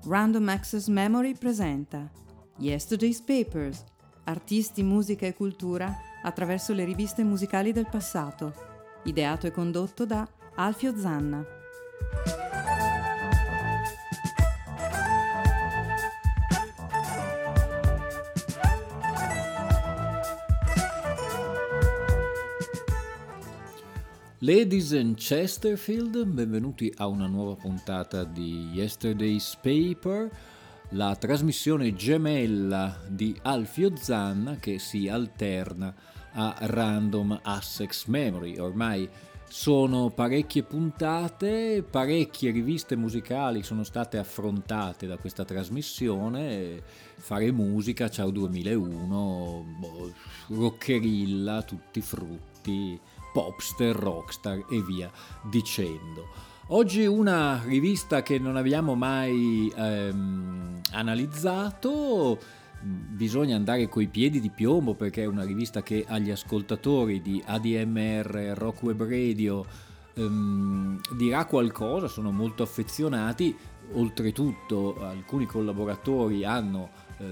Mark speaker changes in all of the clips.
Speaker 1: Random Access Memory presenta Yesterday's Papers, artisti, musica e cultura attraverso le riviste musicali del passato, ideato e condotto da Alfio Zanna.
Speaker 2: Ladies and Chesterfield, benvenuti a una nuova puntata di Yesterday's Paper, la trasmissione gemella di Alfio Zanna che si alterna a Random Access Memory. Ormai sono parecchie puntate, parecchie riviste musicali sono state affrontate da questa trasmissione. Fare musica, Ciao 2001, Rockerilla, Tutti Frutti, Popster, Rockstar e via dicendo. Oggi una rivista che non abbiamo mai analizzato, bisogna andare coi piedi di piombo perché è una rivista che agli ascoltatori di ADMR Rock Web Radio dirà qualcosa, sono molto affezionati. Oltretutto alcuni collaboratori hanno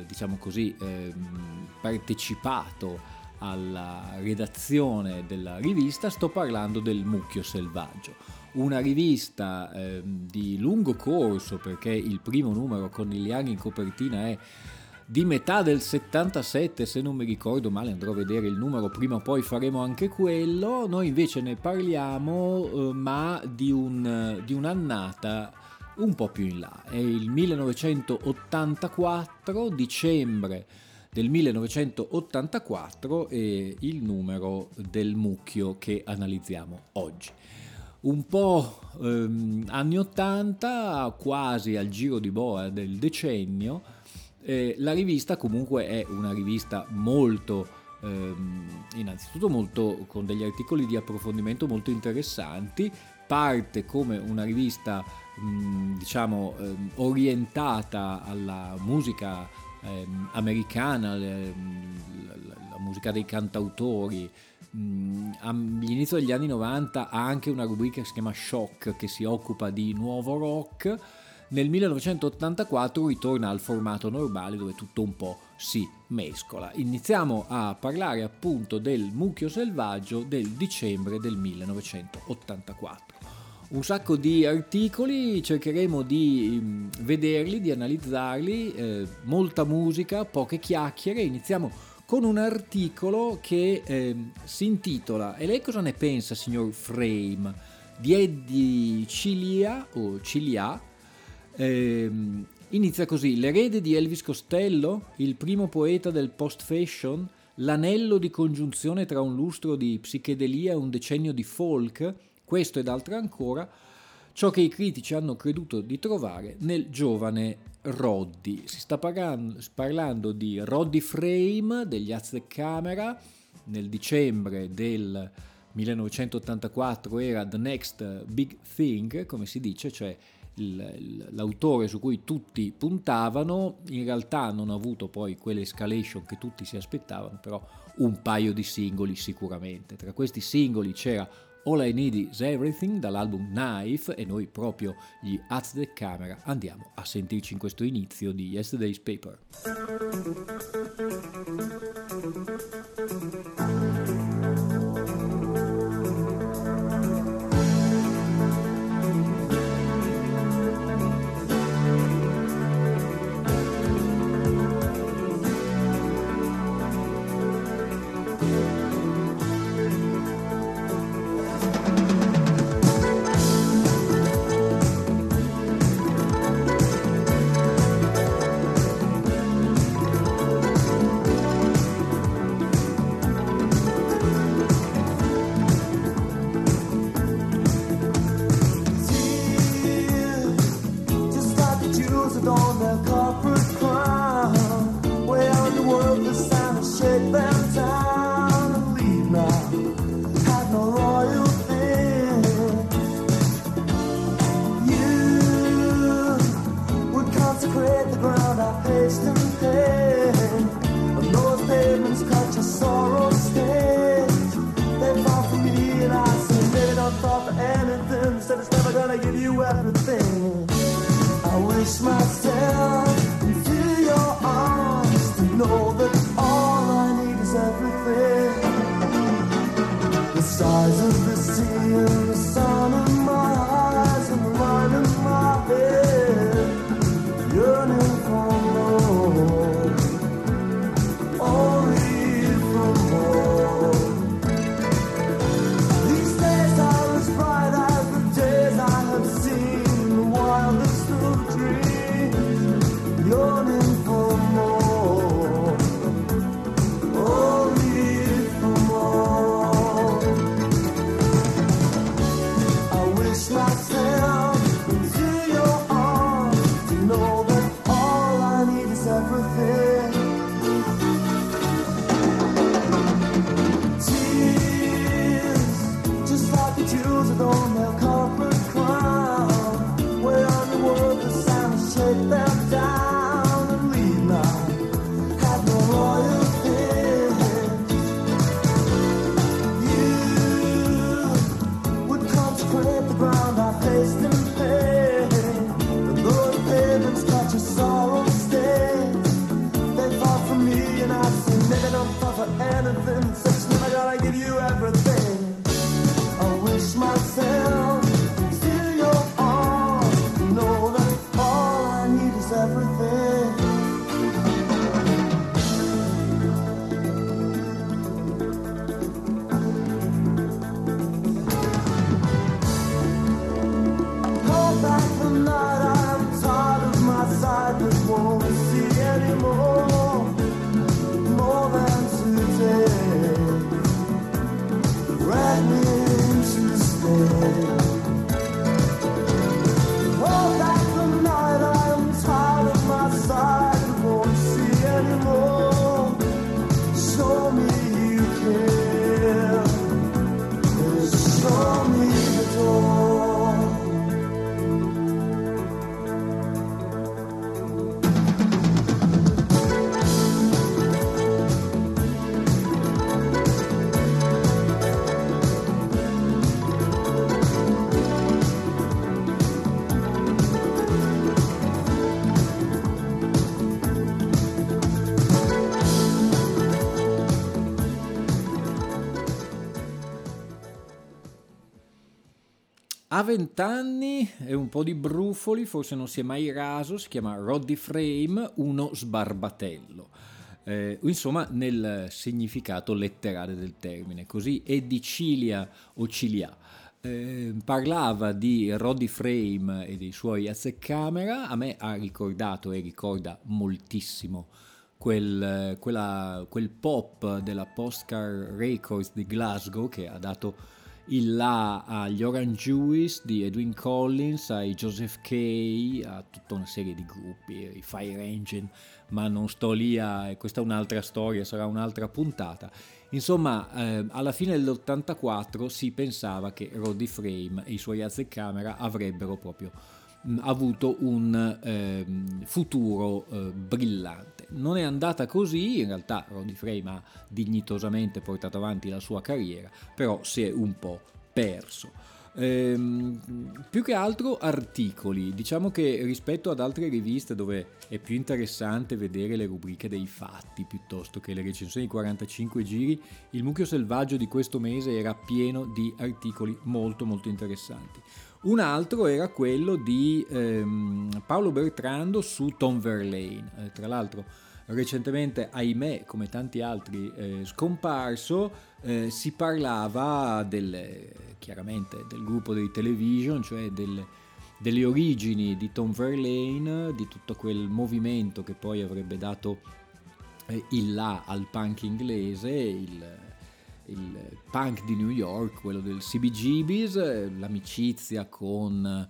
Speaker 2: partecipato alla redazione della rivista. Sto parlando del Mucchio Selvaggio, una rivista di lungo corso perché il primo numero con Iliani in copertina è di metà del 77, se non mi ricordo male, andrò a vedere il numero, prima o poi faremo anche quello. Noi invece ne parliamo ma di un'annata un po' più in là, è il 1984, dicembre del 1984 è il numero del mucchio che analizziamo oggi. Un po' anni 80, quasi al giro di boa del decennio. La rivista comunque è una rivista molto, innanzitutto molto, con degli articoli di approfondimento molto interessanti. Parte come una rivista orientata alla musica americana, la musica dei cantautori. All'inizio degli anni 90 ha anche una rubrica che si chiama Shock, che si occupa di nuovo rock. Nel 1984 ritorna al formato normale dove tutto un po' si mescola. Iniziamo a parlare appunto del Mucchio Selvaggio del dicembre del 1984. Un sacco di articoli, cercheremo di vederli, di analizzarli, molta musica, poche chiacchiere. Iniziamo con un articolo che si intitola "E lei cosa ne pensa, signor Frame?" di Eddie Cilia o Cilia. Inizia così: l'erede di Elvis Costello, il primo poeta del post-fashion, l'anello di congiunzione tra un lustro di psichedelia e un decennio di folk. Questo ed altro ancora, ciò che i critici hanno creduto di trovare nel giovane Roddy. Si sta parlando di Roddy Frame degli Haz the Camera. Nel dicembre del 1984 era The Next Big Thing, come si dice, cioè l'autore su cui tutti puntavano. In realtà non ha avuto poi quell'escalation che tutti si aspettavano, però un paio di singoli sicuramente. Tra questi singoli c'era All I Need Is Everything dall'album Knife, e noi proprio gli Haz the Camera andiamo a sentirci in questo inizio di Yesterday's Paper. Said it's never gonna give you everything.
Speaker 3: I wish myself into your arms to know that all I need is everything. The size of the sea and the sun in my eyes and the light in my head, yearning for more, only for more. These days are as bright as the days I have seen, the wildest of dreams, yearning for more, only for more. I wish myself into your arms to know that all I need is everything. Tears, just like the jewels that on their copper crown, way underworld the sound shake them down and leave now. Have no loyalty. You would consecrate the ground I faced in pain, and though the pavements touch a sorrow stains, they fought for me and I've seen maybe don't fall for anything. Such never gotta give you everything. I wish myself into your arms to know that all I need is everything. Hold back the night, I'm tired of my sadness, won't see anymore, more than today. Drag me to stay. Hold back the night, I'm tired of my sadness, won't see anymore. Show me you care. Show me the door.
Speaker 2: Ha 20 anni e un po' di brufoli, forse non si è mai raso, si chiama Roddy Frame, uno sbarbatello. Insomma, nel significato letterale del termine, così è di cilia o cilia. Parlava di Roddy Frame e dei suoi azzeccamera. A me ha ricordato e ricorda moltissimo quel pop della Postcard Records di Glasgow, che ha dato il là agli Orange Juice di Edwin Collins, ai Joseph Kay, a tutta una serie di gruppi, i Fire Engine, ma non sto lì questa è un'altra storia, sarà un'altra puntata. Insomma, alla fine dell'84 si pensava che Roddy Frame e i suoi azzeccamera avrebbero proprio avuto un futuro brillante. Non è andata così, in realtà Roddy Frame ha dignitosamente portato avanti la sua carriera, però si è un po' perso. Più che altro articoli, diciamo che rispetto ad altre riviste dove è più interessante vedere le rubriche dei fatti piuttosto che le recensioni di 45 giri, il Mucchio Selvaggio di questo mese era pieno di articoli molto molto interessanti. Un altro era quello di Paolo Bertrando su Tom Verlaine, tra l'altro recentemente, ahimè, come tanti altri, scomparso. Si parlava chiaramente del gruppo dei Television, cioè delle origini di Tom Verlaine, di tutto quel movimento che poi avrebbe dato il là al punk inglese, il punk di New York, quello del CBGBs, l'amicizia con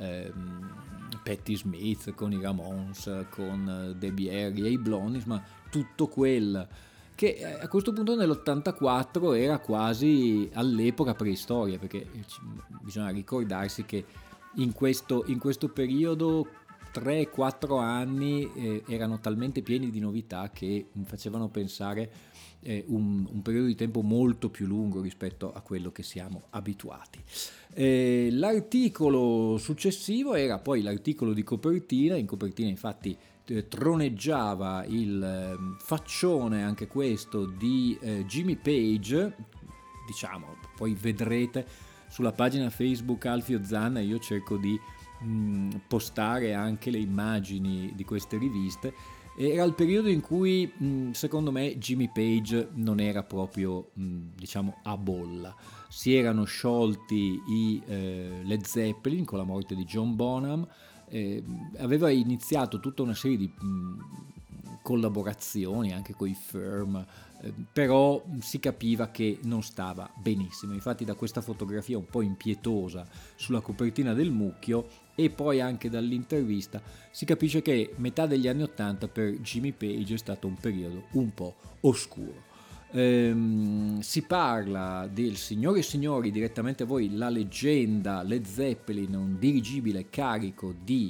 Speaker 2: Patti Smith, con i Ramones, con Debbie Harry e i Blondies, ma tutto quel che a questo punto nell'84 era quasi all'epoca preistoria, perché bisogna ricordarsi che in questo periodo 3-4 anni erano talmente pieni di novità che mi facevano pensare un periodo di tempo molto più lungo rispetto a quello che siamo abituati. L'articolo successivo era poi l'articolo di copertina. In copertina infatti troneggiava il faccione, anche questo, di Jimmy Page. Diciamo, poi vedrete sulla pagina Facebook Alfio Zanna, io cerco di postare anche le immagini di queste riviste. Era il periodo in cui secondo me Jimmy Page non era proprio diciamo a bolla. Si erano sciolti i Led Zeppelin con la morte di John Bonham, aveva iniziato tutta una serie di collaborazioni anche con i Firm, però si capiva che non stava benissimo. Infatti da questa fotografia un po' impietosa sulla copertina del mucchio e poi anche dall'intervista si capisce che metà degli anni '80 per Jimmy Page è stato un periodo un po' oscuro. Si parla del Signore e Signori, direttamente a voi, la leggenda Led Zeppelin, un dirigibile carico di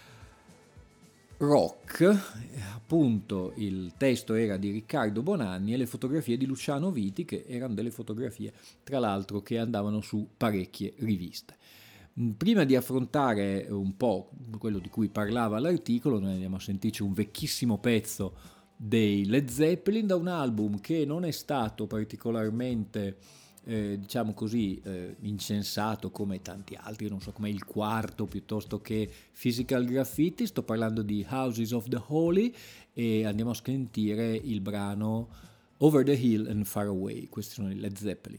Speaker 2: rock. Appunto il testo era di Riccardo Bonanni e le fotografie di Luciano Viti, che erano delle fotografie tra l'altro che andavano su parecchie riviste. Prima di affrontare un po' quello di cui parlava l'articolo, noi andiamo a sentirci un vecchissimo pezzo dei Led Zeppelin da un album che non è stato particolarmente diciamo così incensato come tanti altri, non so, come il quarto piuttosto che Physical Graffiti. Sto parlando di Houses of the Holy e andiamo a sentire il brano Over the Hill and Far Away. Questi sono i Led Zeppelin.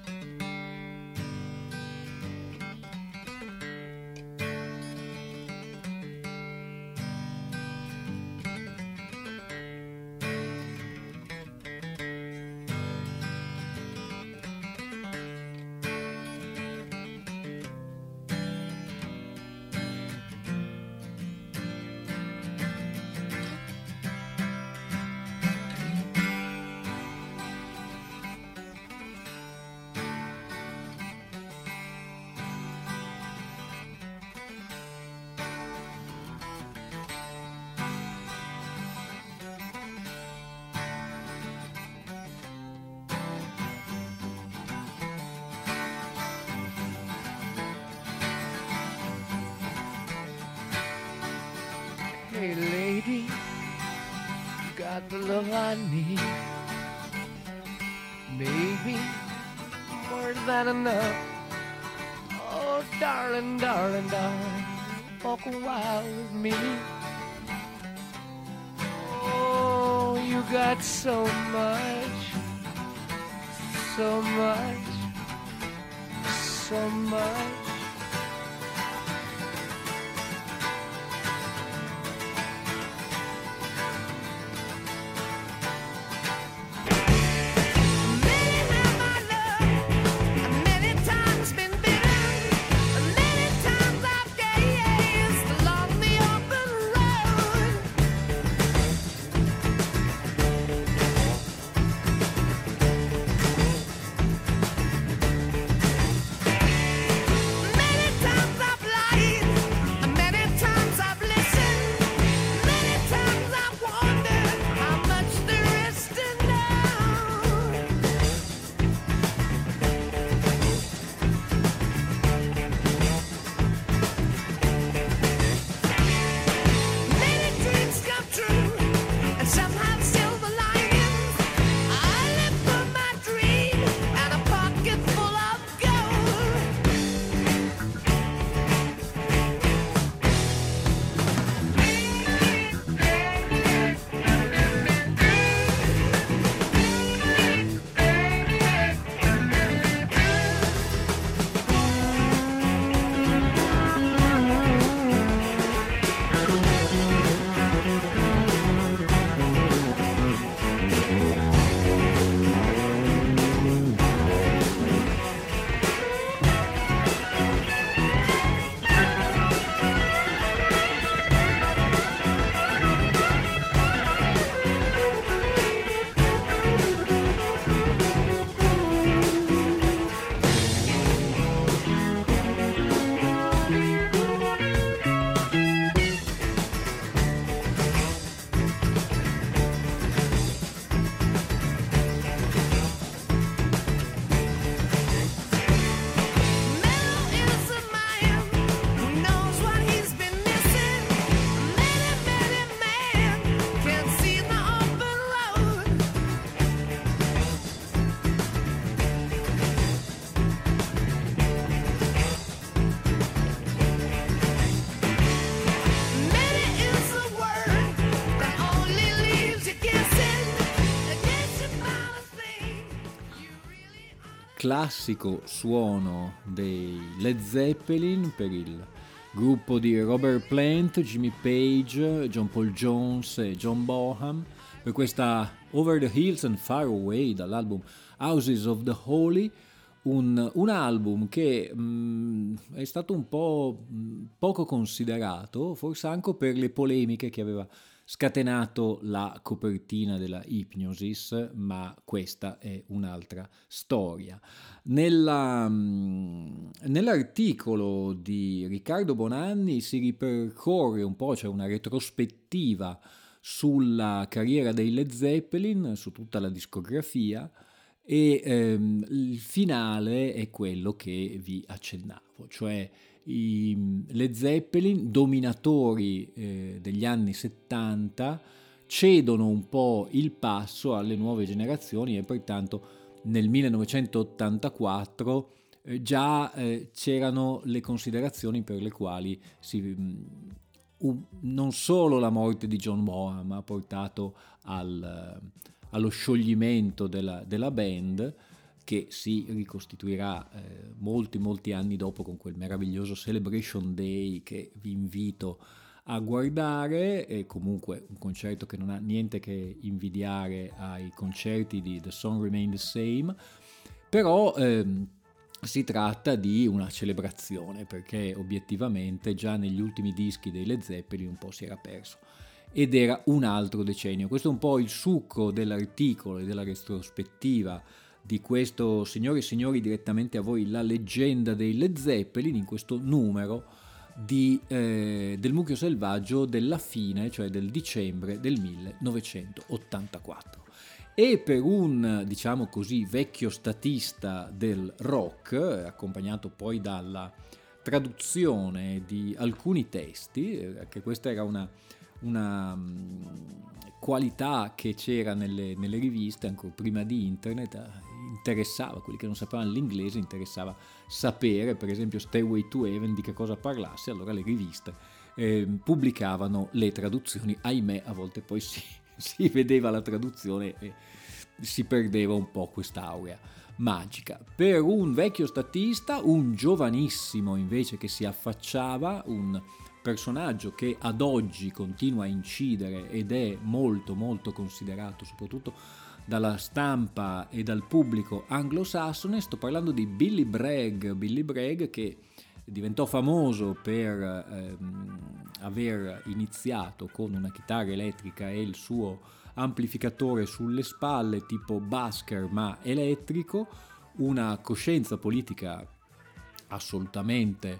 Speaker 4: Hey lady, got the love I need. Maybe more than enough. Oh darling, darling, darling, walk a while with me. Oh, you got so much, so much, so much.
Speaker 2: classico suono dei Led Zeppelin per il gruppo di Robert Plant, Jimmy Page, John Paul Jones e John Bonham, per questa Over the Hills and Far Away dall'album Houses of the Holy, un album che è stato un po' poco considerato, forse anche per le polemiche che aveva scatenato la copertina della Hypnosis, ma questa è un'altra storia. Nell'articolo di Riccardo Bonanni si ripercorre un po', c'è una retrospettiva sulla carriera dei Led Zeppelin, su tutta la discografia, e il finale è quello che vi accennavo, cioè i Led Zeppelin, dominatori degli anni 70, cedono un po' il passo alle nuove generazioni e pertanto nel 1984 già c'erano le considerazioni per le quali non solo la morte di John Bonham ha portato allo scioglimento della band, che si ricostituirà molti anni dopo con quel meraviglioso Celebration Day che vi invito a guardare, e comunque un concerto che non ha niente che invidiare ai concerti di The Song Remain the Same, però si tratta di una celebrazione, perché obiettivamente già negli ultimi dischi dei Led Zeppelin un po' si era perso ed era un altro decennio. Questo è un po' il succo dell'articolo e della retrospettiva di questo, signore e signori, direttamente a voi, la leggenda dei Led Zeppelin, in questo numero del Mucchio Selvaggio della fine, cioè del dicembre del 1984. E per un, diciamo così, vecchio statista del rock, accompagnato poi dalla traduzione di alcuni testi, che questa era una qualità che c'era nelle riviste ancora prima di internet, interessava quelli che non sapevano l'inglese, interessava sapere, per esempio, Stairway to Heaven di che cosa parlasse, allora le riviste pubblicavano le traduzioni. Ahimè, a volte poi si vedeva la traduzione e si perdeva un po' quest'aurea magica. Per un vecchio statista, un giovanissimo invece che si affacciava, un personaggio che ad oggi continua a incidere ed è molto considerato soprattutto dalla stampa e dal pubblico anglosassone. Sto parlando di Billy Bragg, che diventò famoso per aver iniziato con una chitarra elettrica e il suo amplificatore sulle spalle tipo Busker ma elettrico, una coscienza politica assolutamente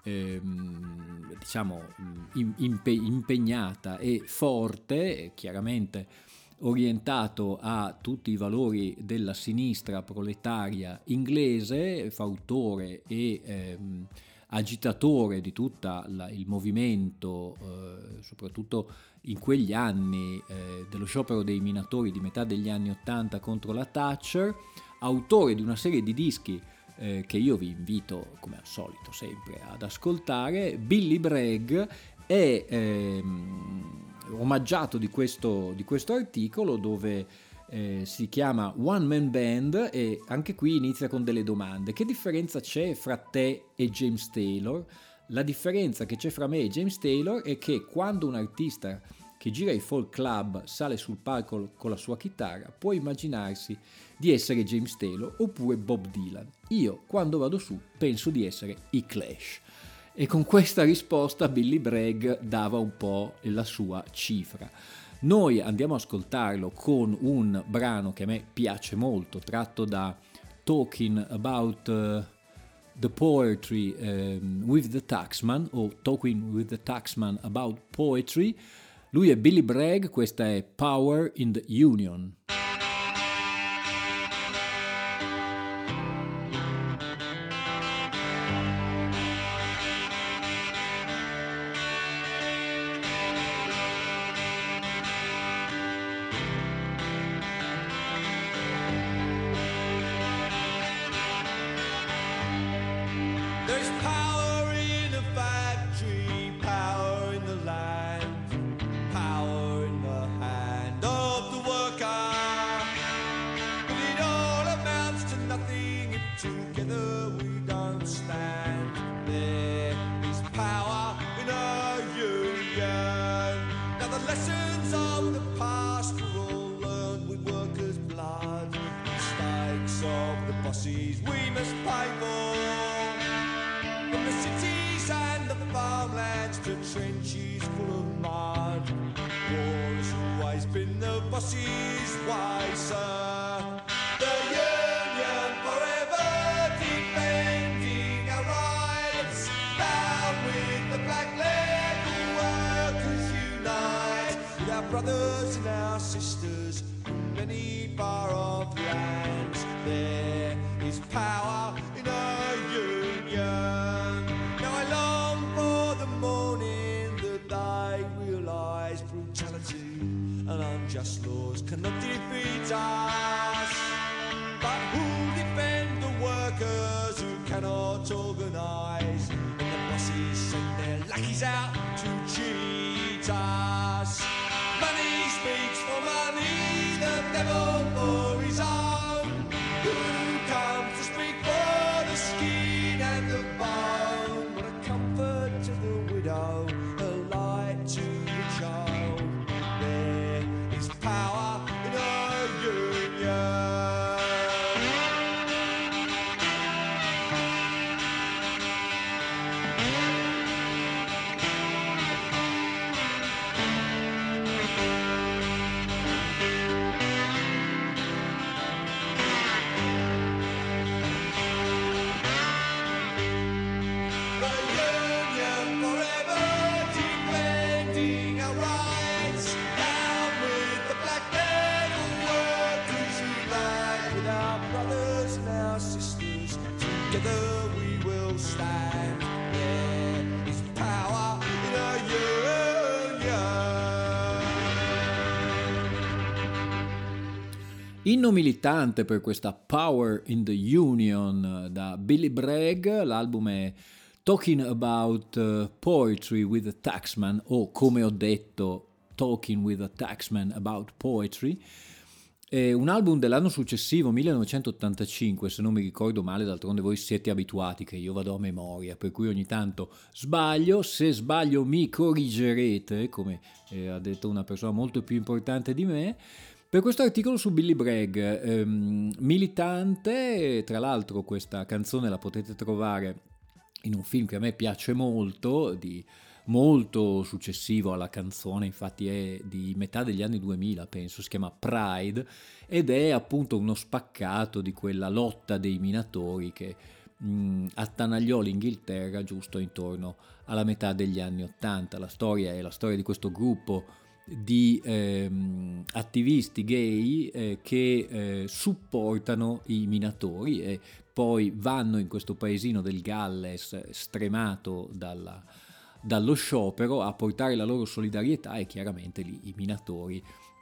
Speaker 2: impegnata e forte, chiaramente orientato a tutti i valori della sinistra proletaria inglese, fautore e agitatore di tutto il movimento, soprattutto in quegli anni dello sciopero dei minatori di metà degli anni '80 contro la Thatcher, autore di una serie di dischi che io vi invito come al solito sempre ad ascoltare. Billy Bragg è omaggiato di questo articolo, dove si chiama One Man Band, e anche qui inizia con delle domande. Che differenza c'è fra te e James Taylor? La differenza che c'è fra me e James Taylor è che quando un artista che gira i folk club sale sul palco con la sua chitarra, può immaginarsi di essere James Taylor oppure Bob Dylan. Io, quando vado su, penso di essere i Clash. E con questa risposta Billy Bragg dava un po' la sua cifra. Noi andiamo a ascoltarlo con un brano che a me piace molto, tratto da Talking About the Poetry with the Taxman, o Talking with the Taxman About Poetry. Lui è Billy Bragg, questa è Power in the Union.
Speaker 3: There's power in the factory, power in the land, power in the hand of the worker. Lessons of the past were all learned with workers' blood. Mistakes of the bosses we must pay for. From the cities and the farmlands to trenches full of mud. War has always been the bosses' way, sir. The Union forever defending our rights. Down with the black label workers unite. With our brothers and our sisters from many far off lands. There is power in our union. Now I long for the morning that they realise brutality and unjust laws cannot defeat us. But who'll defend the workers who cannot organise? And the bosses send their lackeys out to cheat us. Money speaks for money, the devil for his own. Who comes to speak for the skin and the bone? What a comfort to the widow, a light to the child. There is power in our union. Together we will stand. There is power in our union.
Speaker 2: Inno militante per questa Power in the Union da Billy Bragg. L'album è Talking About Poetry with a Taxman, o come ho detto Talking with a Taxman About Poetry. È un album dell'anno successivo, 1985, se non mi ricordo male. D'altronde voi siete abituati che io vado a memoria, per cui ogni tanto sbaglio. Se sbaglio mi corrigerete, come ha detto una persona molto più importante di me. Per questo articolo su Billy Bragg, militante, tra l'altro questa canzone la potete trovare in un film che a me piace molto, molto successivo alla canzone, infatti è di metà degli anni 2000 penso, si chiama Pride, ed è appunto uno spaccato di quella lotta dei minatori che attanagliò l'Inghilterra giusto intorno alla metà degli anni 80. La storia è la storia di questo gruppo di attivisti gay che supportano i minatori e poi vanno in questo paesino del Galles stremato dallo sciopero a portare la loro solidarietà, e chiaramente lì i minatori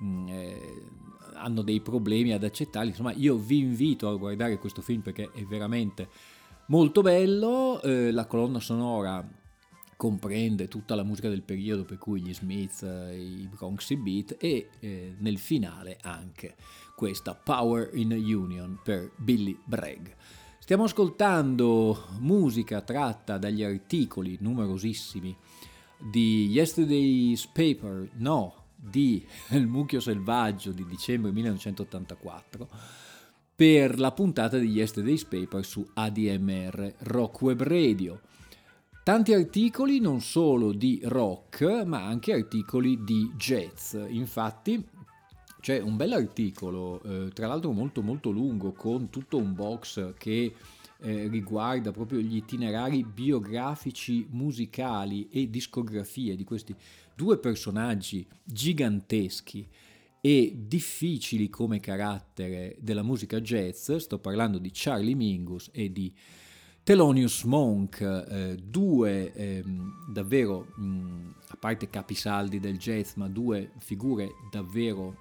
Speaker 2: hanno dei problemi ad accettarli. Insomma, io vi invito a guardare questo film perché è veramente molto bello. La colonna sonora comprende tutta la musica del periodo, per cui gli Smiths, i Bronx Beat, e nel finale anche questa Power in the Union per Billy Bragg. Stiamo ascoltando musica tratta dagli articoli numerosissimi di Yesterday's Paper, di Il mucchio selvaggio di dicembre 1984, per la puntata di Yesterday's Paper su ADMR Rock Web Radio. Tanti articoli non solo di rock, ma anche articoli di jazz. Infatti c'è un bel articolo, tra l'altro molto molto lungo, con tutto un box che riguarda proprio gli itinerari biografici musicali e discografie di questi due personaggi giganteschi e difficili come carattere della musica jazz. Sto parlando di Charlie Mingus e di Thelonious Monk, due davvero, a parte capisaldi del jazz, ma due figure davvero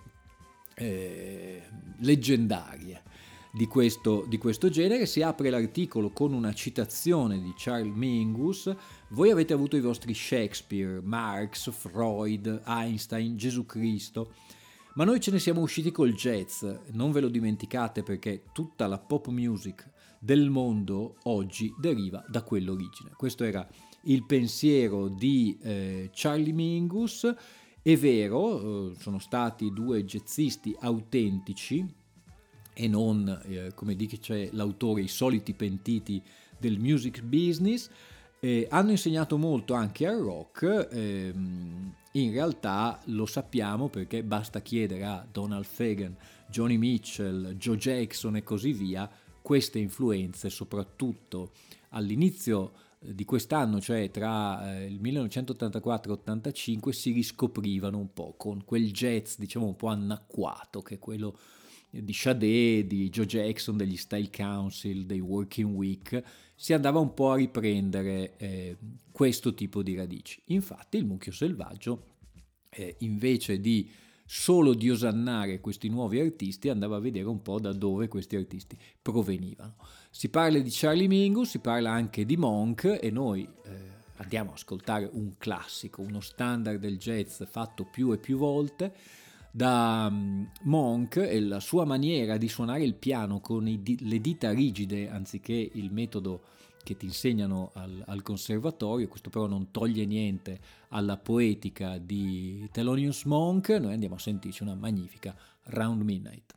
Speaker 2: leggendarie di questo genere. Si apre l'articolo con una citazione di Charles Mingus: voi avete avuto i vostri Shakespeare, Marx, Freud, Einstein, Gesù Cristo, ma noi ce ne siamo usciti col jazz, non ve lo dimenticate, perché tutta la pop music del mondo oggi deriva da quell'origine. Questo era il pensiero di Charlie Mingus, È vero, sono stati due jazzisti autentici e non, come dice l'autore, i soliti pentiti del music business. Hanno insegnato molto anche al rock, in realtà lo sappiamo perché basta chiedere a Donald Fagen, Joni Mitchell, Joe Jackson e così via, queste influenze soprattutto all'inizio di quest'anno, cioè tra il 1984 e 85, si riscoprivano un po' con quel jazz diciamo un po' anacquato che è quello di Sade, di Joe Jackson, degli Style Council, dei Working Week. Si andava un po' a riprendere questo tipo di radici. Infatti il Mucchio Selvaggio, invece di solo di osannare questi nuovi artisti, andava a vedere un po' da dove questi artisti provenivano. Si parla di Charlie Mingus, si parla anche di Monk e noi andiamo ad ascoltare un classico, uno standard del jazz fatto più e più volte da Monk e la sua maniera di suonare il piano con le dita rigide anziché il metodo che ti insegnano al conservatorio. Questo però non toglie niente alla poetica di Thelonious Monk. Noi andiamo a sentirci una magnifica Round Midnight.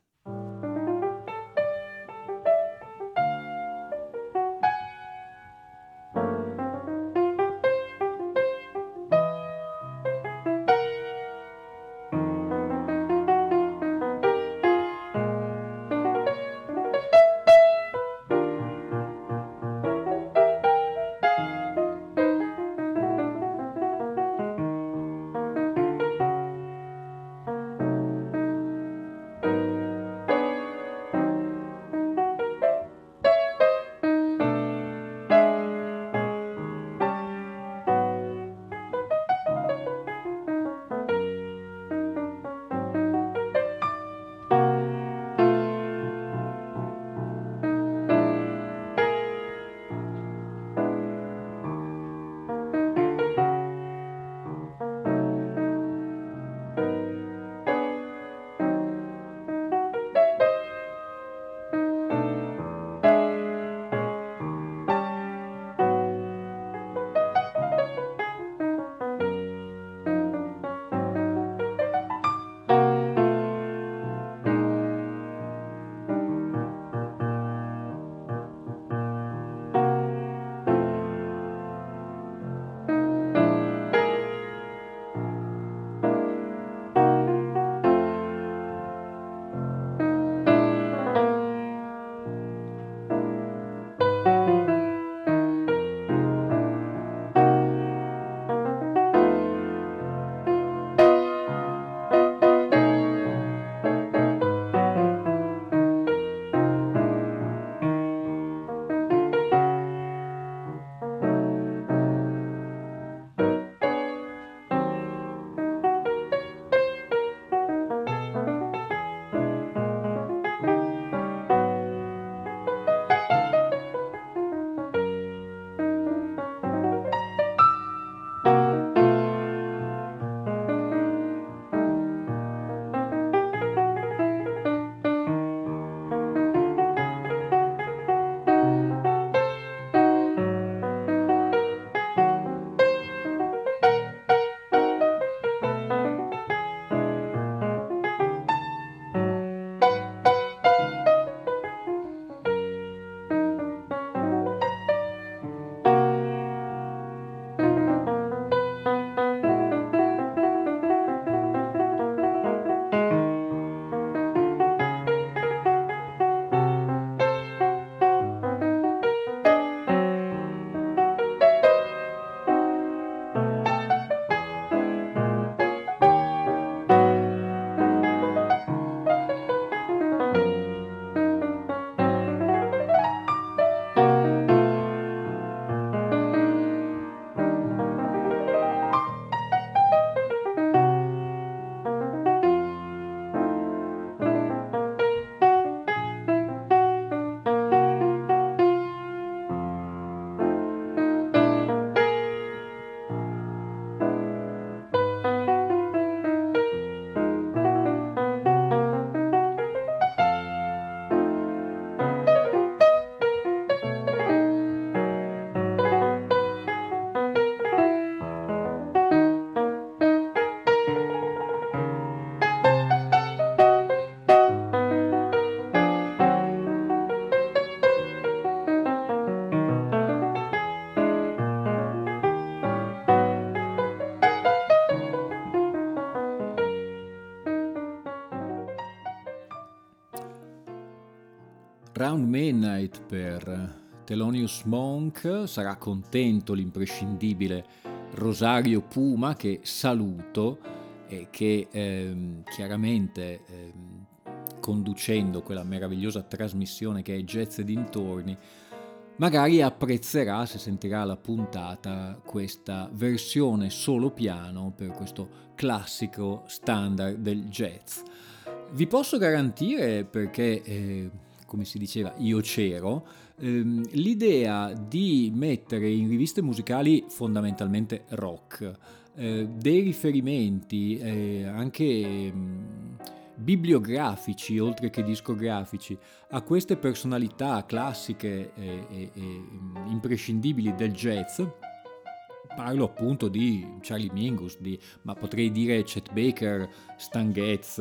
Speaker 2: Round Midnight per Thelonious Monk. Sarà contento l'imprescindibile Rosario Puma, che saluto e che chiaramente conducendo quella meravigliosa trasmissione che è Jazz e dintorni magari apprezzerà, se sentirà la puntata, questa versione solo piano per questo classico standard del jazz. Vi posso garantire, perché come si diceva io c'ero, l'idea di mettere in riviste musicali fondamentalmente rock dei riferimenti anche bibliografici oltre che discografici a queste personalità classiche e imprescindibili del jazz. Parlo appunto di Charlie Mingus, ma potrei dire Chet Baker, Stan Getz,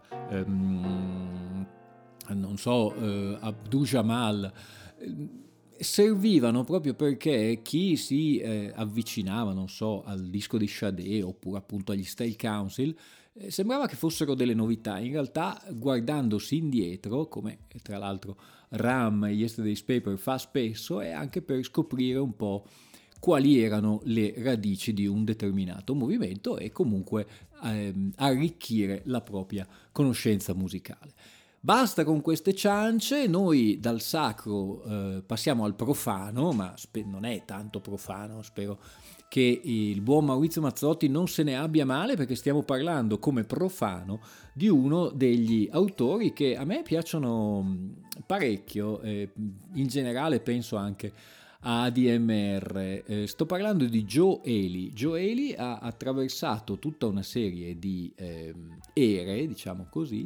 Speaker 2: non so, Abdul Jamal. Servivano proprio perché chi si avvicinava, non so, al disco di Sade oppure appunto agli Style Council sembrava che fossero delle novità. In realtà, guardandosi indietro, come tra l'altro Ram Yesterday's Paper fa spesso, è anche per scoprire un po' quali erano le radici di un determinato movimento e comunque arricchire la propria conoscenza musicale. Basta con queste ciance, noi dal sacro passiamo al profano, ma non è tanto profano, spero che il buon Maurizio Mazzotti non se ne abbia male, perché stiamo parlando come profano di uno degli autori che a me piacciono parecchio, in generale penso anche a ADMR. Sto parlando di Joe Ely. Joe Ely ha attraversato tutta una serie di ere, diciamo così,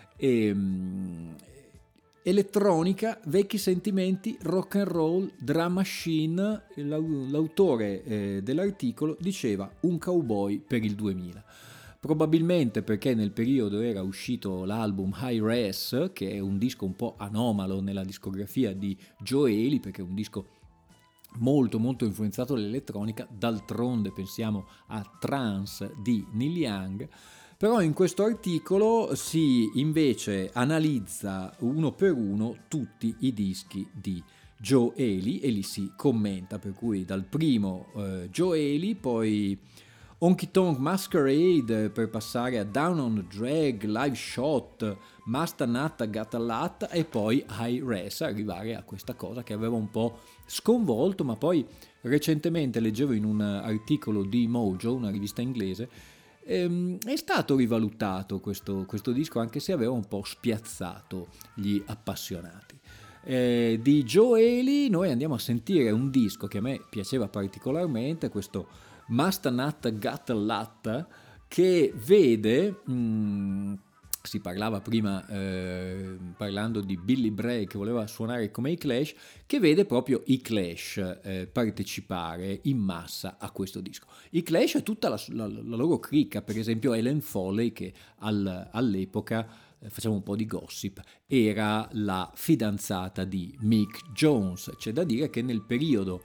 Speaker 2: elettronica, vecchi sentimenti, rock and roll, drum machine. L'autore dell'articolo diceva un cowboy per il 2000, probabilmente perché nel periodo era uscito l'album High Res, che è un disco un po' anomalo nella discografia di Joe Ely, perché è un disco molto molto influenzato dall'elettronica. D'altronde pensiamo a Trance di Neil Young. Però in questo articolo si invece analizza uno per uno tutti i dischi di Joe Ely e li si commenta, per cui dal primo Joe Ely, poi Honky Tonk Masquerade, per passare a Down on the Drag, Live Shot, Masta Natta Gatta Latta e poi High Res, arrivare a questa cosa che aveva un po' sconvolto, ma poi recentemente leggevo in un articolo di Mojo, una rivista inglese, è stato rivalutato questo disco, anche se aveva un po' spiazzato gli appassionati. Di Joe Ely noi andiamo a sentire un disco che a me piaceva particolarmente, questo Masta Natta Gatta Latta, che vede, si parlava prima parlando di Billy Bray che voleva suonare come i Clash, che vede proprio i Clash partecipare in massa a questo disco. I Clash e tutta la loro cricca, per esempio Ellen Foley, che all'epoca, facciamo un po' di gossip, era la fidanzata di Mick Jones. C'è da dire che nel periodo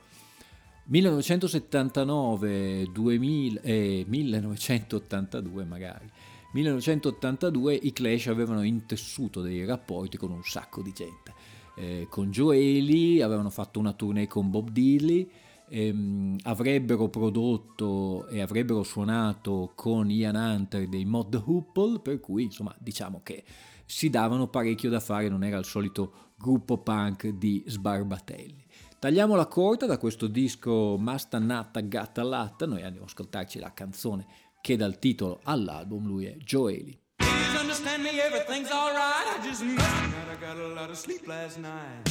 Speaker 2: 1979-2000 e 1982 magari 1982 i Clash avevano intessuto dei rapporti con un sacco di gente, con Joe Ely avevano fatto una tournée con Bob Dylan, avrebbero prodotto e avrebbero suonato con Ian Hunter dei Mod the Hoople, per cui insomma diciamo che si davano parecchio da fare, non era il solito gruppo punk di sbarbatelli. Tagliamo la corta da questo disco Masta Natta Gatta Latta, noi andiamo ad ascoltarci la canzone che dà il titolo all'album. Lui è Joe Ely.
Speaker 5: Please understand me, everything's alright. I just must admit I got a lot of sleep last night.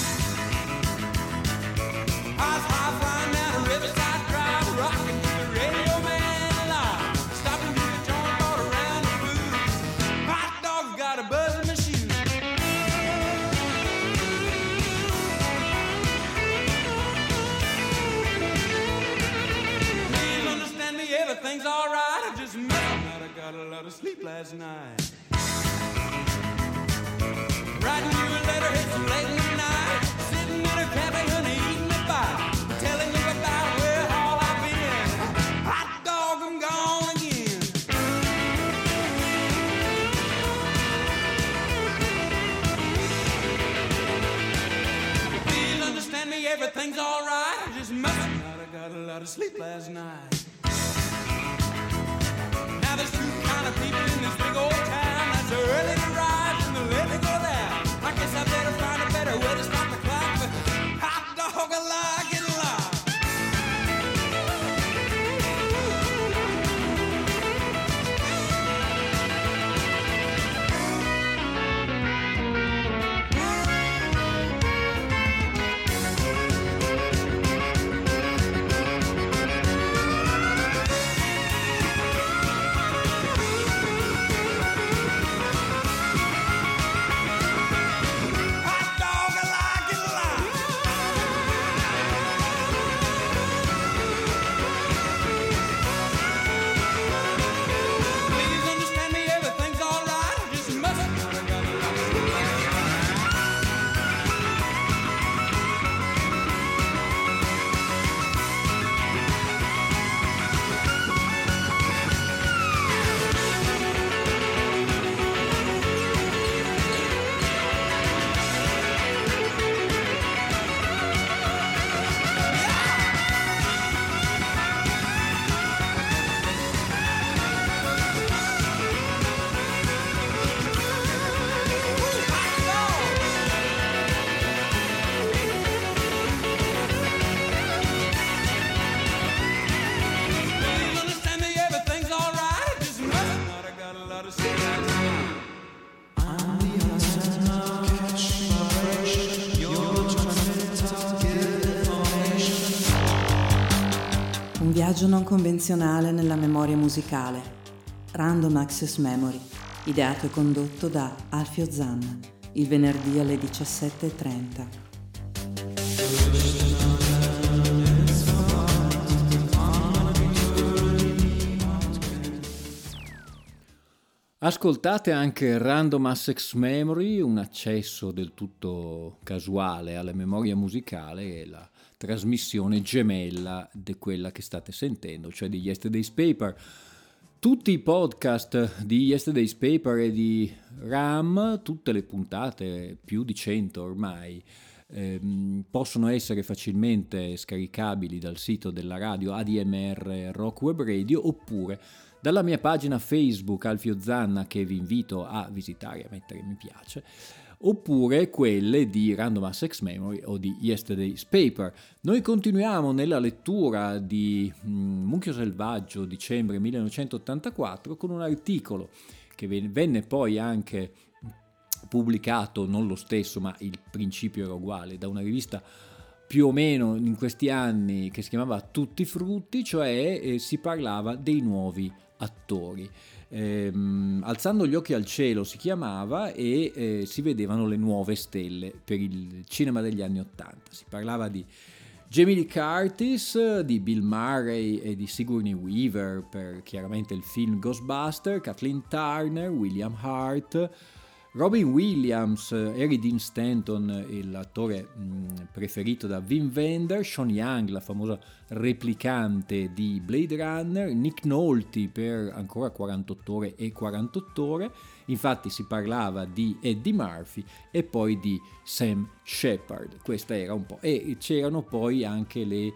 Speaker 5: I was high flying down a Riverside Drive, rocking to the Radio Man alive, stopping to the joint, bought around the booth. Hot dog got a buzz in my shoes. Please understand me, everything's alright. I just must admit I got a lot of sleep last night. Writing you a letter, it's late in the night, sitting in a cafe, honey, eating a bite, telling you about where all I've been. Hot dog, I'm gone again. alright. I just must not have got a lot of sleep last night. Now there's two kind of people in this big old town. That's the early to rise and the late to go down. I guess I better find a better way to stop the clock, but hot dog I like it alive.
Speaker 1: Un viaggio non convenzionale nella memoria musicale. Random Access Memory, ideato e condotto da Alfio Zanna, il venerdì alle 17:30.
Speaker 2: Ascoltate anche Random Access Memory, un accesso del tutto casuale alla memoria musicale, e la trasmissione gemella di quella che state sentendo, cioè di Yesterday's Paper. Tutti i podcast di Yesterday's Paper e di RAM, tutte le puntate, più di 100 ormai, possono essere facilmente scaricabili dal sito della radio ADMR Rock Web Radio, oppure dalla mia pagina Facebook Alfio Zanna, che vi invito a visitare e a mettere mi piace, oppure quelle di Random Access Memory o di Yesterday's Paper. Noi continuiamo nella lettura di Mucchio Selvaggio, dicembre 1984, con un articolo che venne poi anche pubblicato, non lo stesso, ma il principio era uguale, da una rivista più o meno in questi anni che si chiamava Tutti Frutti, cioè si parlava dei nuovi attori. Alzando gli occhi al cielo si chiamava, e si vedevano le nuove stelle per il cinema degli anni '80. Si parlava di Jamie Lee Curtis, di Bill Murray e di Sigourney Weaver per chiaramente il film Ghostbuster, Kathleen Turner, William Hart, Robin Williams, Harry Dean Stanton, l'attore preferito da Wim Wenders, Sean Young, la famosa replicante di Blade Runner, Nick Nolte per ancora 48 ore e 48 ore. Infatti si parlava di Eddie Murphy e poi di Sam Shepard. Questa era un po'. E c'erano poi anche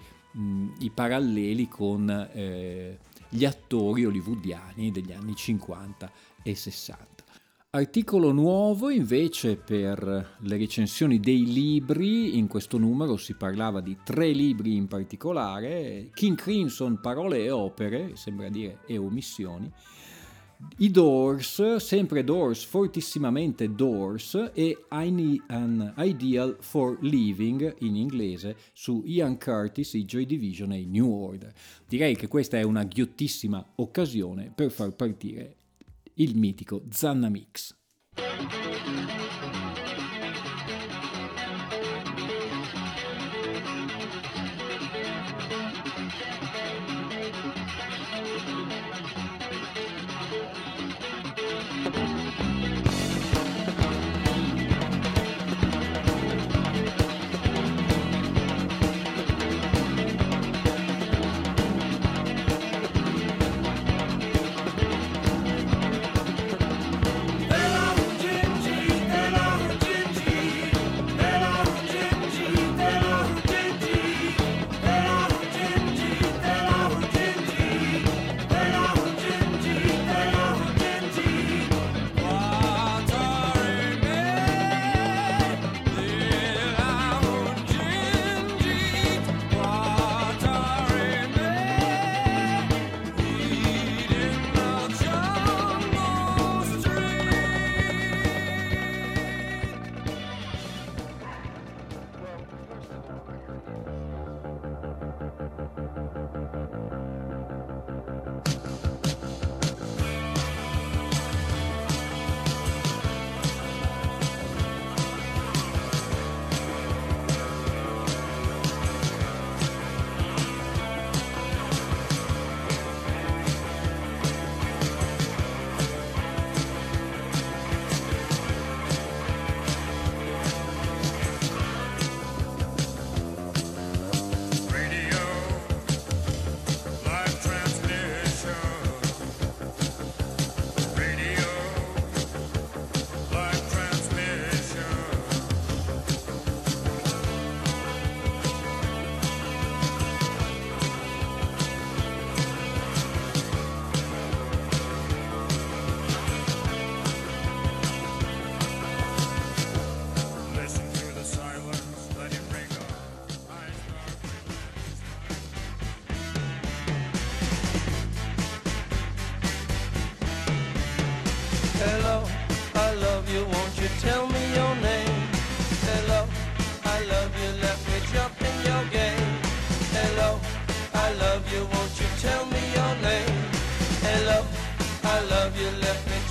Speaker 2: i paralleli con gli attori hollywoodiani degli anni 50 e 60. Articolo nuovo invece per le recensioni dei libri. In questo numero si parlava di 3 libri in particolare: King Crimson, Parole e Opere, sembra dire e omissioni, i Doors, sempre Doors, fortissimamente Doors, e An Ideal for Living in inglese, su Ian Curtis, i Joy Division e i New Order. Direi che questa è una ghiottissima occasione per far partire il mitico Zanna Mix.
Speaker 3: They love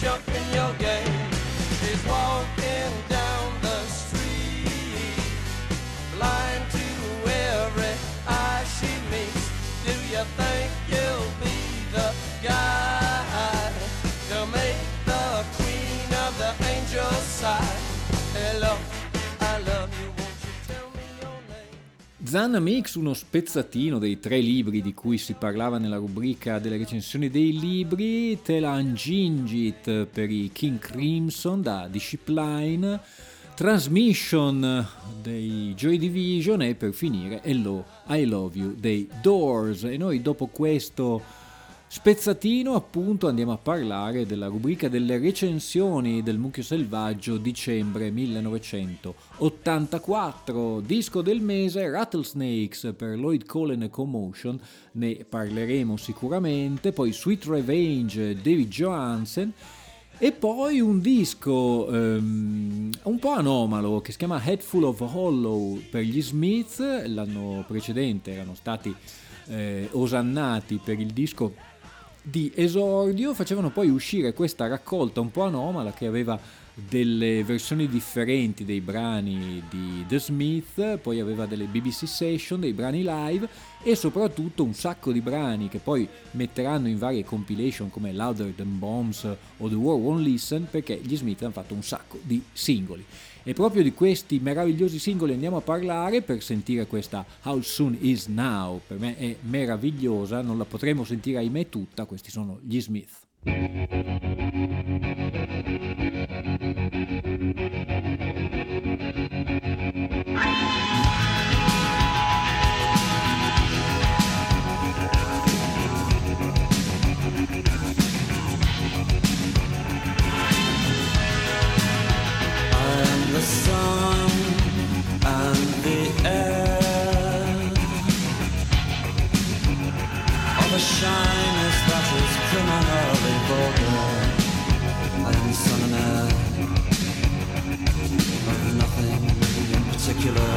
Speaker 4: jumping your game. She's walking down the street, blind to every eye she meets. Do you think you'll be the guy to make the queen of the angels sigh? Hello, I love you, won't you tell me your name?
Speaker 2: Zana Mix, uno spezzatino dei 3 libri di cui si parlava nella rubrica delle recensioni dei libri. Telan Gingit per i King Crimson da Discipline, Transmission dei Joy Division e per finire Hello, I Love You dei Doors. E noi dopo questo spezzatino appunto andiamo a parlare della rubrica delle recensioni del Mucchio Selvaggio dicembre 1984. Disco del mese Rattlesnakes per Lloyd Cole e Commotion, ne parleremo sicuramente. Poi Sweet Revenge David Johansen, e poi un disco un po' anomalo che si chiama Head Full of Hollow per gli Smiths. L'anno precedente erano stati osannati per il disco di esordio, facevano poi uscire questa raccolta un po' anomala che aveva delle versioni differenti dei brani di The Smith, poi aveva delle BBC Session, dei brani live e soprattutto un sacco di brani che poi metteranno in varie compilation come Louder Than Bombs o The War Won't Listen, perché gli Smith hanno fatto un sacco di singoli. E proprio di questi meravigliosi singoli andiamo a parlare per sentire questa How Soon Is Now. Per me è meravigliosa, non la potremo sentire ahimè tutta, questi sono gli Smith.
Speaker 3: The sun and the air of a shyness that is criminally vulgar. I am the sun and air of nothing in particular.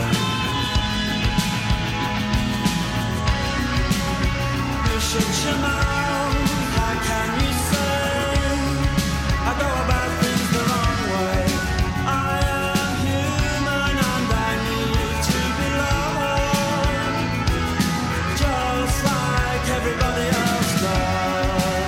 Speaker 3: You should your mouth, how can you say I go about things the wrong way? I am human and I need to be loved, just like everybody else does.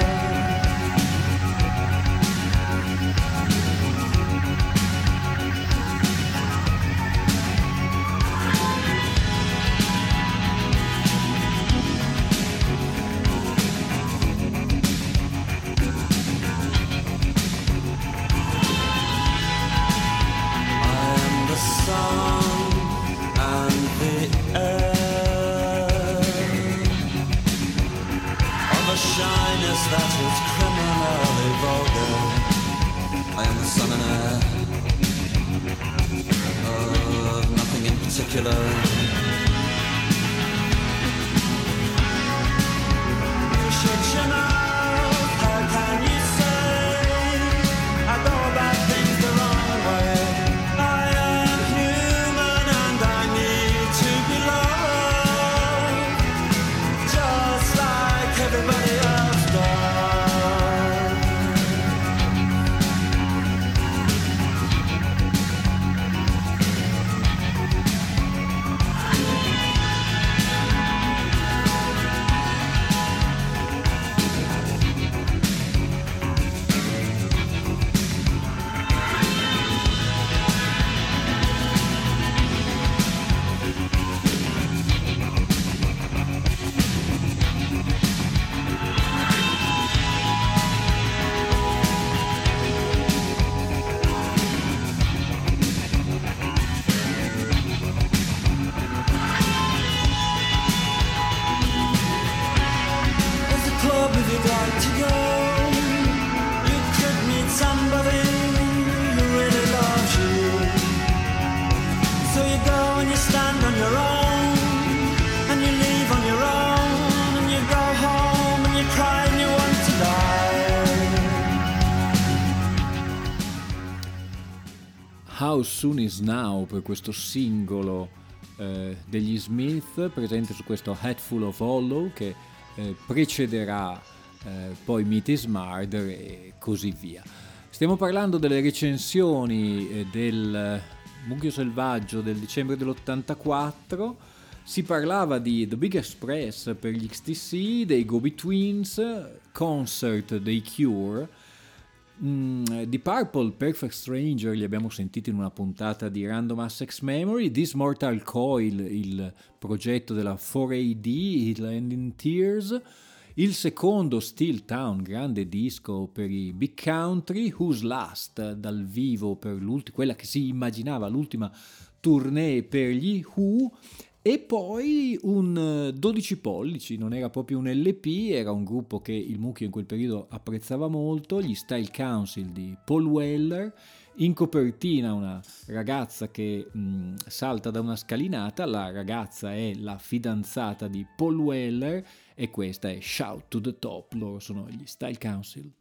Speaker 3: Sun and the air of a shyness that is criminally vulgar. I am the sun and air of nothing in particular. You should know, how can you say I go about things the wrong way? Everybody else does.
Speaker 2: How Soon Is Now per questo singolo degli Smith presente su questo Head Full of Hollow che precederà poi Meet Is Murder e così via. Stiamo parlando delle recensioni del Mucchio Selvaggio del dicembre dell'84. Si parlava di The Big Express per gli XTC, dei Go-Betweens, Concert dei Cure, di Purple, Perfect Stranger li abbiamo sentiti in una puntata di Random Access Memory, This Mortal Coil, il progetto della 4AD, il End in Tears, il secondo Steel Town, grande disco per i Big Country, Who's Last dal vivo per quella che si immaginava l'ultima tournée per gli Who, e poi un 12 pollici, non era proprio un LP, era un gruppo che il Mucchio in quel periodo apprezzava molto, gli Style Council di Paul Weller, in copertina una ragazza che salta da una scalinata, la ragazza è la fidanzata di Paul Weller e questa è Shout to the Top, loro sono gli Style Council.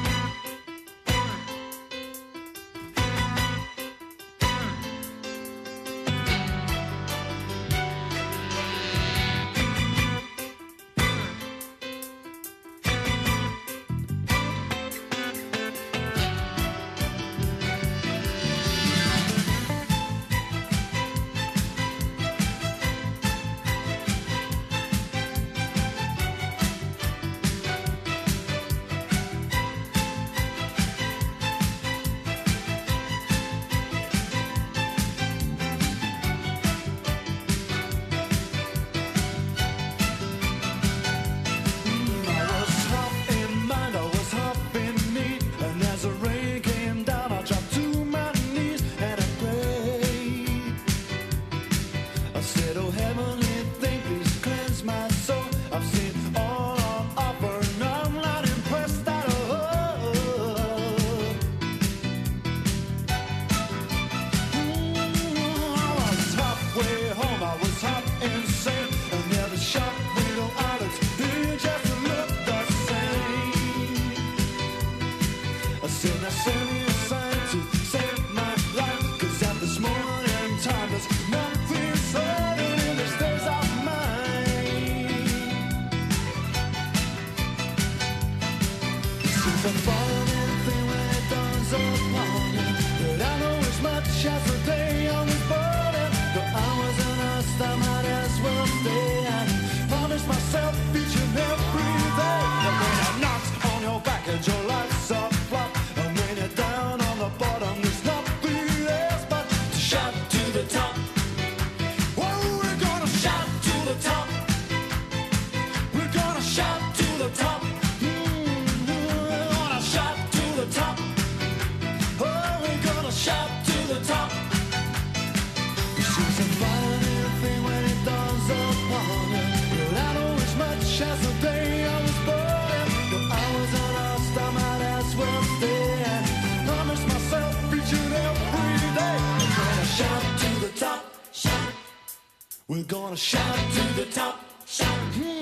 Speaker 3: We're gonna shout to the top, shout.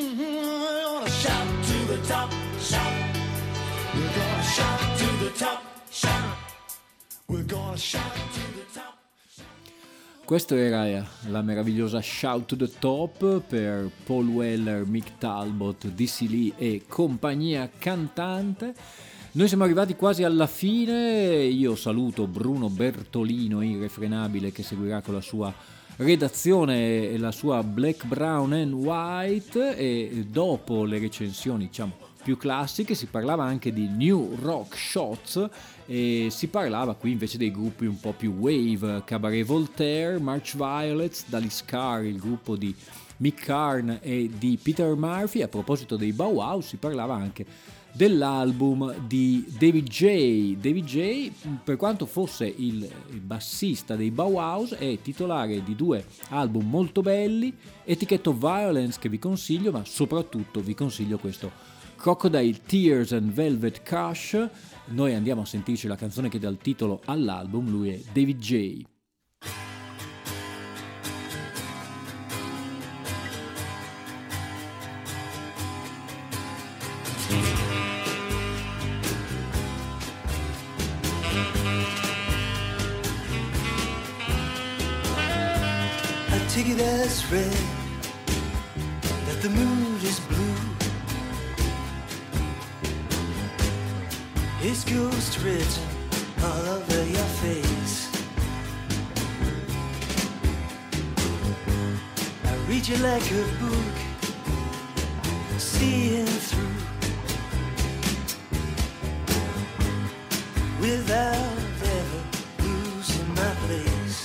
Speaker 3: We're gonna shout to the top, shout. We're gonna shout to the top, shout. We're gonna shout to the top.
Speaker 2: Questo era la meravigliosa Shout to the Top per Paul Weller, Mick Talbot, Dizzy Lee e compagnia cantante. Noi siamo arrivati quasi alla fine, io saluto Bruno Bertolino, irrefrenabile, che seguirà con la sua redazione e la sua Black, Brown and White, e dopo le recensioni diciamo più classiche si parlava anche di New Rock Shots e si parlava qui invece dei gruppi un po' più wave, Cabaret Voltaire, March Violets, Dallas Carr, il gruppo di Mick Karn e di Peter Murphy. A proposito dei Bauhaus si parlava anche dell'album di David J. David J, per quanto fosse il bassista dei Bauhaus, è titolare di due album molto belli, Etiquette of Violence che vi consiglio, ma soprattutto vi consiglio questo Crocodile Tears and Velvet Cash. Noi andiamo a sentirci la canzone che dà il titolo all'album, lui è David J.
Speaker 3: Take it as read that the mood is blue. His ghost written all over your face. I read you like a book, seeing through, without ever losing my place.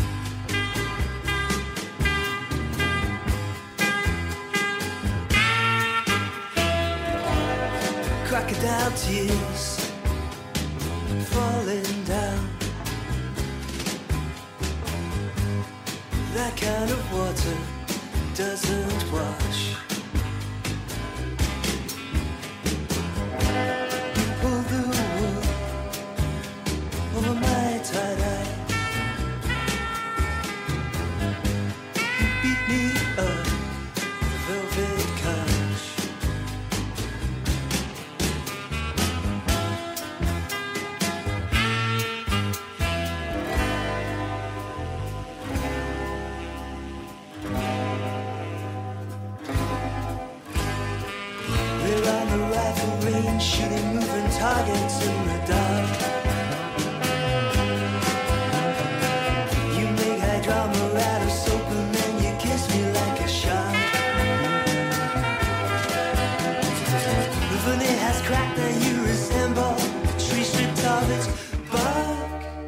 Speaker 3: Crocodile tears falling down, that kind of water doesn't wash. You pull the wool over my tie-dye, you beat me up the velvet couch. We're on the rifle range, shooting moving targets in the dark. You make high drama out of soap and then you kiss me like a shark. The veneer has cracked and you resemble a tree stripped of its bark.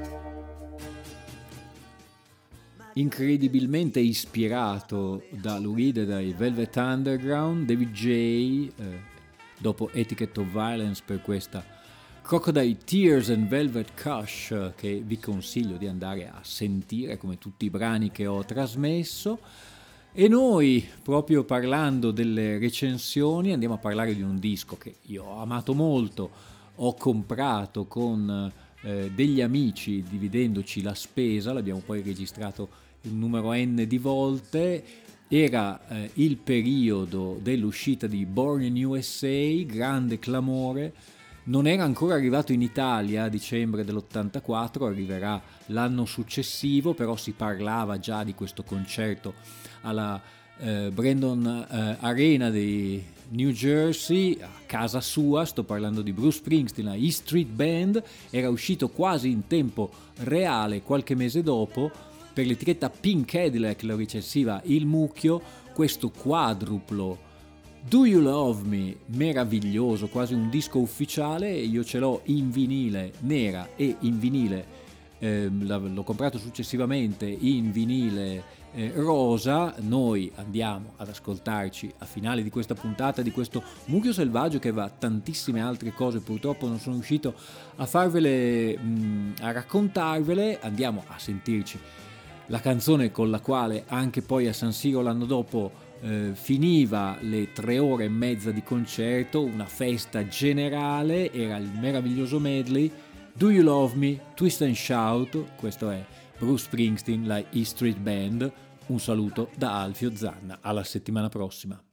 Speaker 2: Incredibilmente ispirato da Lou Reed e dai Velvet Underground, David J, dopo Etiquette of Violence per questa Crocodile Tears and Velvet Cush, che vi consiglio di andare a sentire come tutti i brani che ho trasmesso. E noi, proprio parlando delle recensioni, andiamo a parlare di un disco che io ho amato molto, ho comprato con degli amici dividendoci la spesa, l'abbiamo poi registrato un numero n di volte. Era il periodo dell'uscita di Born in USA, grande clamore, non era ancora arrivato in Italia a dicembre dell'84, arriverà l'anno successivo, però si parlava già di questo concerto alla Brandon Arena di New Jersey, a casa sua. Sto parlando di Bruce Springsteen, la E Street Band. Era uscito quasi in tempo reale qualche mese dopo. Per l'etichetta Pink Cadillac lo recenseva il Mucchio, questo quadruplo Do You Love Me, meraviglioso, quasi un disco ufficiale. Io ce l'ho in vinile nera e in vinile, l'ho comprato successivamente in vinile rosa. Noi andiamo ad ascoltarci a finale di questa puntata di questo Mucchio Selvaggio, che va tantissime altre cose, purtroppo non sono riuscito a farvele, a raccontarvele. Andiamo a sentirci la canzone con la quale anche poi a San Siro l'anno dopo finiva le 3 ore e mezza di concerto, una festa generale. Era il meraviglioso medley Do You Love Me, Twist and Shout. Questo è Bruce Springsteen, la E Street Band. Un saluto da Alfio Zanna, alla settimana prossima.